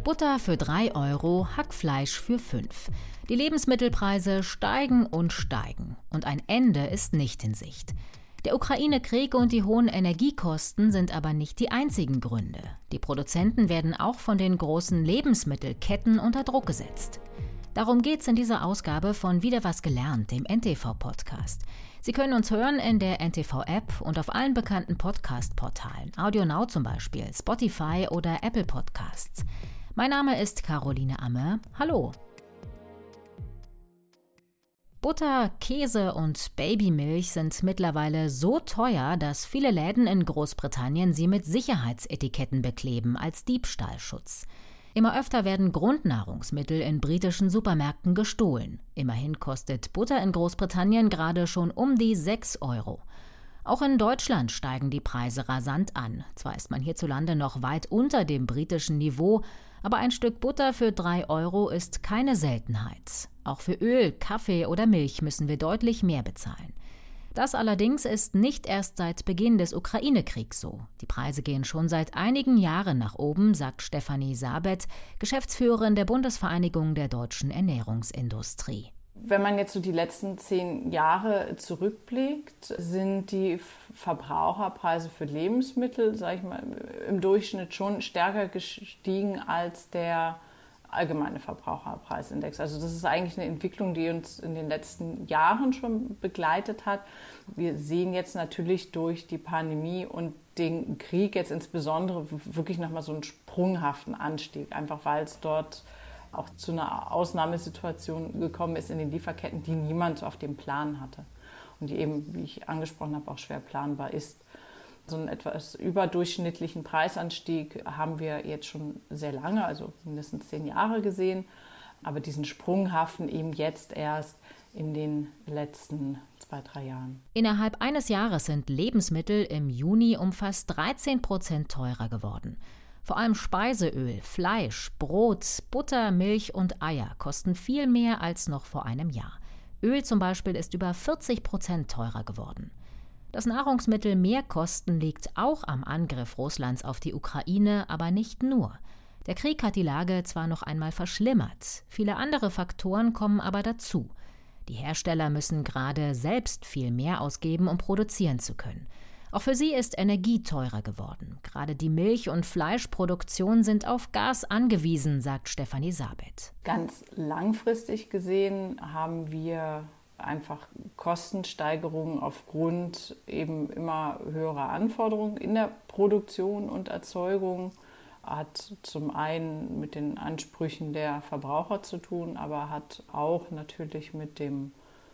Butter für 3 Euro, Hackfleisch für 5. Die Lebensmittelpreise steigen und steigen. Und ein Ende ist nicht in Sicht. Der Ukraine-Krieg und die hohen Energiekosten sind aber nicht die einzigen Gründe. Die Produzenten werden auch von den großen Lebensmittelketten unter Druck gesetzt. Darum geht's in dieser Ausgabe von Wieder was gelernt, dem NTV-Podcast. Sie können uns hören in der NTV-App und auf allen bekannten Podcast-Portalen, AudioNow zum Beispiel, Spotify oder Apple Podcasts. Mein Name ist Caroline Amme. Hallo! Butter, Käse und Babymilch sind mittlerweile so teuer, dass viele Läden in Großbritannien sie mit Sicherheitsetiketten bekleben als Diebstahlschutz. Immer öfter werden Grundnahrungsmittel in britischen Supermärkten gestohlen. Immerhin kostet Butter in Großbritannien gerade schon um die 6 Euro. Auch in Deutschland steigen die Preise rasant an. Zwar ist man hierzulande noch weit unter dem britischen Niveau, aber ein Stück Butter für 3 Euro ist keine Seltenheit. Auch für Öl, Kaffee oder Milch müssen wir deutlich mehr bezahlen. Das allerdings ist nicht erst seit Beginn des Ukraine-Kriegs so. Die Preise gehen schon seit einigen Jahren nach oben, sagt Stefanie Sabet, Geschäftsführerin der Bundesvereinigung der deutschen Ernährungsindustrie. Wenn man jetzt so die letzten 10 Jahre zurückblickt, sind die Verbraucherpreise für Lebensmittel, sage ich mal, im Durchschnitt schon stärker gestiegen als der allgemeine Verbraucherpreisindex. Also das ist eigentlich eine Entwicklung, die uns in den letzten Jahren schon begleitet hat. Wir sehen jetzt natürlich durch die Pandemie und den Krieg jetzt insbesondere wirklich nochmal so einen sprunghaften Anstieg, einfach weil es dort auch zu einer Ausnahmesituation gekommen ist in den Lieferketten, die niemand auf dem Plan hatte und die eben, wie ich angesprochen habe, auch schwer planbar ist. So einen etwas überdurchschnittlichen Preisanstieg haben wir jetzt schon sehr lange, also mindestens 10 Jahre gesehen, aber diesen sprunghaften eben jetzt erst in den letzten 2-3 Jahren. Innerhalb eines Jahres sind Lebensmittel im Juni um fast 13% teurer geworden. Vor allem Speiseöl, Fleisch, Brot, Butter, Milch und Eier kosten viel mehr als noch vor einem Jahr. Öl zum Beispiel ist über 40% teurer geworden. Dass Nahrungsmittel mehr kosten, liegt auch am Angriff Russlands auf die Ukraine, aber nicht nur. Der Krieg hat die Lage zwar noch einmal verschlimmert, viele andere Faktoren kommen aber dazu. Die Hersteller müssen gerade selbst viel mehr ausgeben, um produzieren zu können. Auch für sie ist Energie teurer geworden. Gerade die Milch- und Fleischproduktion sind auf Gas angewiesen, sagt Stefanie Sabet. Ganz langfristig gesehen haben wir einfach Kostensteigerungen aufgrund eben immer höherer Anforderungen in der Produktion und Erzeugung. Hat zum einen mit den Ansprüchen der Verbraucher zu tun, aber hat auch natürlich mit dem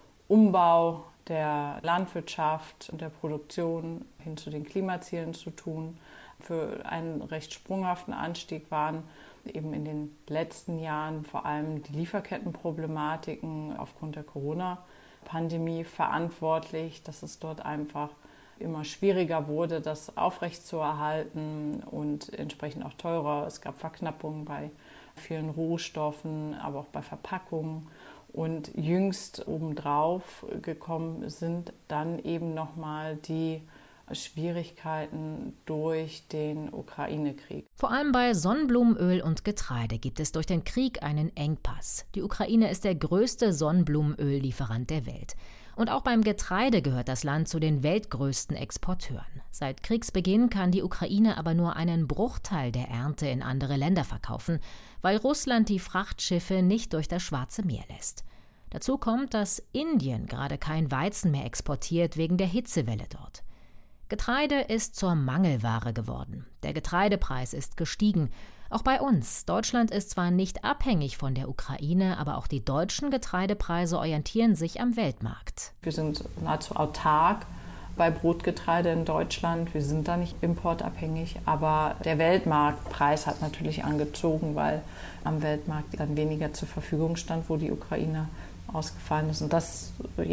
Umbau der Landwirtschaft und der Produktion hin zu den Klimazielen zu tun. Für einen recht sprunghaften Anstieg waren eben in den letzten Jahren vor allem die Lieferkettenproblematiken aufgrund der Corona-Pandemie verantwortlich, dass es dort einfach immer schwieriger wurde, das aufrechtzuerhalten und entsprechend auch teurer. Es gab Verknappungen bei vielen Rohstoffen, aber auch bei Verpackungen. Und jüngst obendrauf gekommen sind dann eben nochmal die Schwierigkeiten durch den Ukraine-Krieg. Vor allem bei Sonnenblumenöl und Getreide gibt es durch den Krieg einen Engpass. Die Ukraine ist der größte Sonnenblumenöllieferant der Welt. Und auch beim Getreide gehört das Land zu den weltgrößten Exporteuren. Seit Kriegsbeginn kann die Ukraine aber nur einen Bruchteil der Ernte in andere Länder verkaufen, weil Russland die Frachtschiffe nicht durch das Schwarze Meer lässt. Dazu kommt, dass Indien gerade kein Weizen mehr exportiert wegen der Hitzewelle dort. Getreide ist zur Mangelware geworden. Der Getreidepreis ist gestiegen. Auch bei uns. Deutschland ist zwar nicht abhängig von der Ukraine, aber auch die deutschen Getreidepreise orientieren sich am Weltmarkt. Wir sind nahezu autark bei Brotgetreide in Deutschland. Wir sind da nicht importabhängig, aber der Weltmarktpreis hat natürlich angezogen, weil am Weltmarkt dann weniger zur Verfügung stand, wo die Ukraine ausgefallen ist. Und das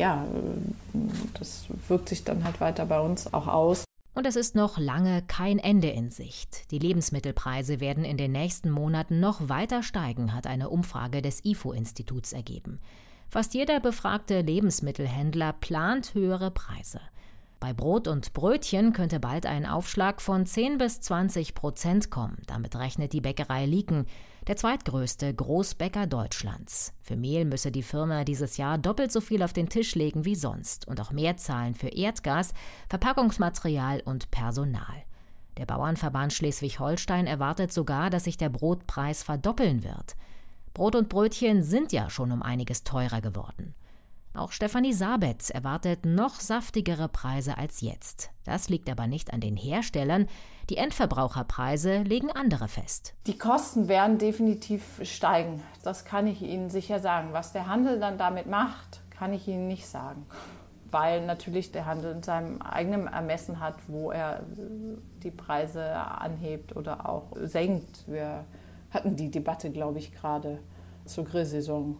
wirkt sich dann halt weiter bei uns auch aus. Und es ist noch lange kein Ende in Sicht. Die Lebensmittelpreise werden in den nächsten Monaten noch weiter steigen, hat eine Umfrage des IFO-Instituts ergeben. Fast jeder befragte Lebensmittelhändler plant höhere Preise. Bei Brot und Brötchen könnte bald ein Aufschlag von 10-20% kommen. Damit rechnet die Bäckerei Lieken, der zweitgrößte Großbäcker Deutschlands. Für Mehl müsse die Firma dieses Jahr doppelt so viel auf den Tisch legen wie sonst und auch mehr zahlen für Erdgas, Verpackungsmaterial und Personal. Der Bauernverband Schleswig-Holstein erwartet sogar, dass sich der Brotpreis verdoppeln wird. Brot und Brötchen sind ja schon um einiges teurer geworden. Auch Stefanie Sabet erwartet noch saftigere Preise als jetzt. Das liegt aber nicht an den Herstellern. Die Endverbraucherpreise legen andere fest. Die Kosten werden definitiv steigen. Das kann ich Ihnen sicher sagen. Was der Handel dann damit macht, kann ich Ihnen nicht sagen. Weil natürlich der Handel in seinem eigenen Ermessen hat, wo er die Preise anhebt oder auch senkt. Wir hatten die Debatte, glaube ich, gerade zur Grillsaison,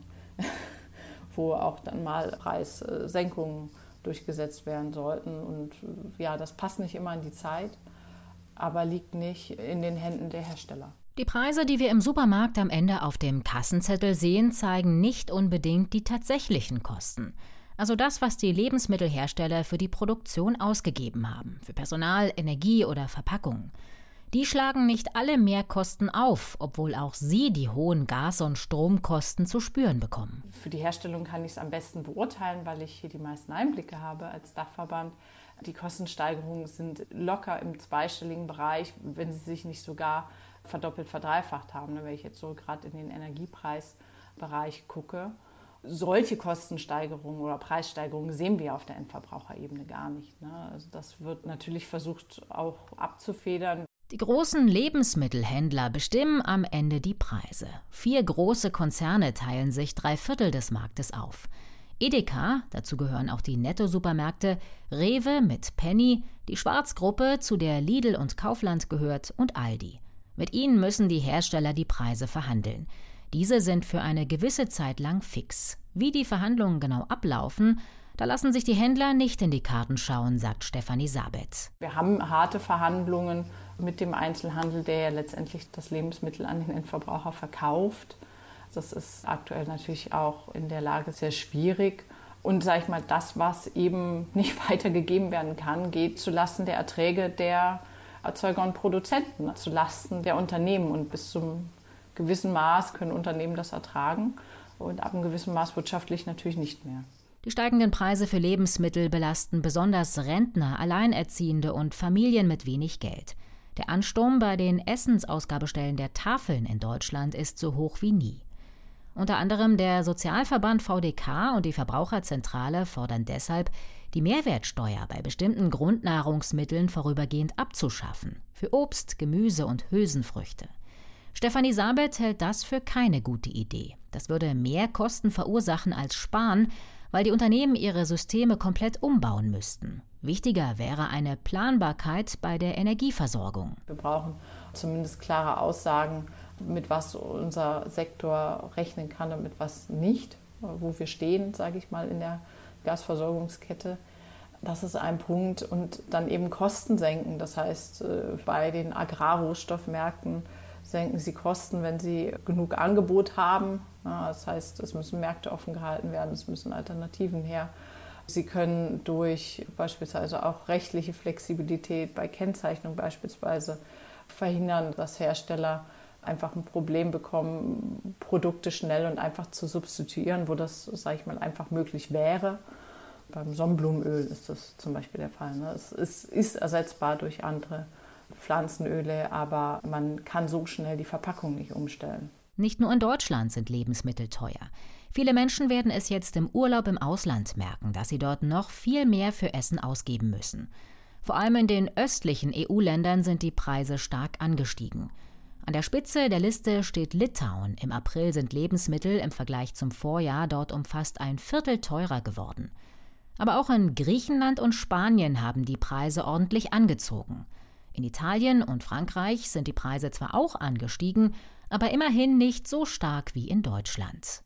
wo auch dann mal Preissenkungen durchgesetzt werden sollten. Und ja, das passt nicht immer in die Zeit, aber liegt nicht in den Händen der Hersteller. Die Preise, die wir im Supermarkt am Ende auf dem Kassenzettel sehen, zeigen nicht unbedingt die tatsächlichen Kosten. Also das, was die Lebensmittelhersteller für die Produktion ausgegeben haben, für Personal, Energie oder Verpackung. Die schlagen nicht alle Mehrkosten auf, obwohl auch sie die hohen Gas- und Stromkosten zu spüren bekommen. Für die Herstellung kann ich es am besten beurteilen, weil ich hier die meisten Einblicke habe als Dachverband. Die Kostensteigerungen sind locker im zweistelligen Bereich, wenn sie sich nicht sogar verdoppelt, verdreifacht haben, wenn ich jetzt so gerade in den Energiepreisbereich gucke. Solche Kostensteigerungen oder Preissteigerungen sehen wir auf der Endverbraucherebene gar nicht. Also das wird natürlich versucht auch abzufedern. Die großen Lebensmittelhändler bestimmen am Ende die Preise. 4 große Konzerne teilen sich 3/4 des Marktes auf. Edeka, dazu gehören auch die Netto-Supermärkte, Rewe mit Penny, die Schwarz-Gruppe, zu der Lidl und Kaufland gehört, und Aldi. Mit ihnen müssen die Hersteller die Preise verhandeln. Diese sind für eine gewisse Zeit lang fix. Wie die Verhandlungen genau ablaufen, da lassen sich die Händler nicht in die Karten schauen, sagt Stefanie Sabet. Wir haben harte Verhandlungen mit dem Einzelhandel, der ja letztendlich das Lebensmittel an den Endverbraucher verkauft. Das ist aktuell natürlich auch in der Lage sehr schwierig. Und sage ich mal, das, was eben nicht weitergegeben werden kann, geht zulasten der Erträge der Erzeuger und Produzenten, zulasten der Unternehmen. Und bis zum gewissen Maß können Unternehmen das ertragen und ab einem gewissen Maß wirtschaftlich natürlich nicht mehr. Die steigenden Preise für Lebensmittel belasten besonders Rentner, Alleinerziehende und Familien mit wenig Geld. Der Ansturm bei den Essensausgabestellen der Tafeln in Deutschland ist so hoch wie nie. Unter anderem der Sozialverband VDK und die Verbraucherzentrale fordern deshalb, die Mehrwertsteuer bei bestimmten Grundnahrungsmitteln vorübergehend abzuschaffen, für Obst, Gemüse und Hülsenfrüchte. Stefanie Sabet hält das für keine gute Idee. Das würde mehr Kosten verursachen als sparen, weil die Unternehmen ihre Systeme komplett umbauen müssten. Wichtiger wäre eine Planbarkeit bei der Energieversorgung. Wir brauchen zumindest klare Aussagen, mit was unser Sektor rechnen kann und mit was nicht, wo wir stehen, sage ich mal, in der Gasversorgungskette. Das ist ein Punkt. Und dann eben Kosten senken. Das heißt, bei den Agrarrohstoffmärkten senken sie Kosten, wenn sie genug Angebot haben. Das heißt, es müssen Märkte offen gehalten werden, es müssen Alternativen her. Sie können durch beispielsweise auch rechtliche Flexibilität bei Kennzeichnung beispielsweise verhindern, dass Hersteller einfach ein Problem bekommen, Produkte schnell und einfach zu substituieren, wo das, sage ich mal, einfach möglich wäre. Beim Sonnenblumenöl ist das zum Beispiel der Fall. Es ist ersetzbar durch andere Pflanzenöle, aber man kann so schnell die Verpackung nicht umstellen. Nicht nur in Deutschland sind Lebensmittel teuer. Viele Menschen werden es jetzt im Urlaub im Ausland merken, dass sie dort noch viel mehr für Essen ausgeben müssen. Vor allem in den östlichen EU-Ländern sind die Preise stark angestiegen. An der Spitze der Liste steht Litauen. Im April sind Lebensmittel im Vergleich zum Vorjahr dort um fast 1/4 teurer geworden. Aber auch in Griechenland und Spanien haben die Preise ordentlich angezogen. In Italien und Frankreich sind die Preise zwar auch angestiegen, aber immerhin nicht so stark wie in Deutschland.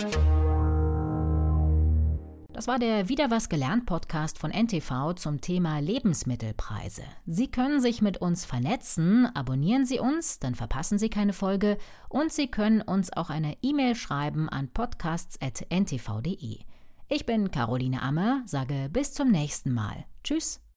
Das war der Wieder was gelernt Podcast von NTV zum Thema Lebensmittelpreise. Sie können sich mit uns vernetzen, abonnieren Sie uns, dann verpassen Sie keine Folge und Sie können uns auch eine E-Mail schreiben an podcasts@ntv.de. Ich bin Caroline Ammer, sage bis zum nächsten Mal. Tschüss.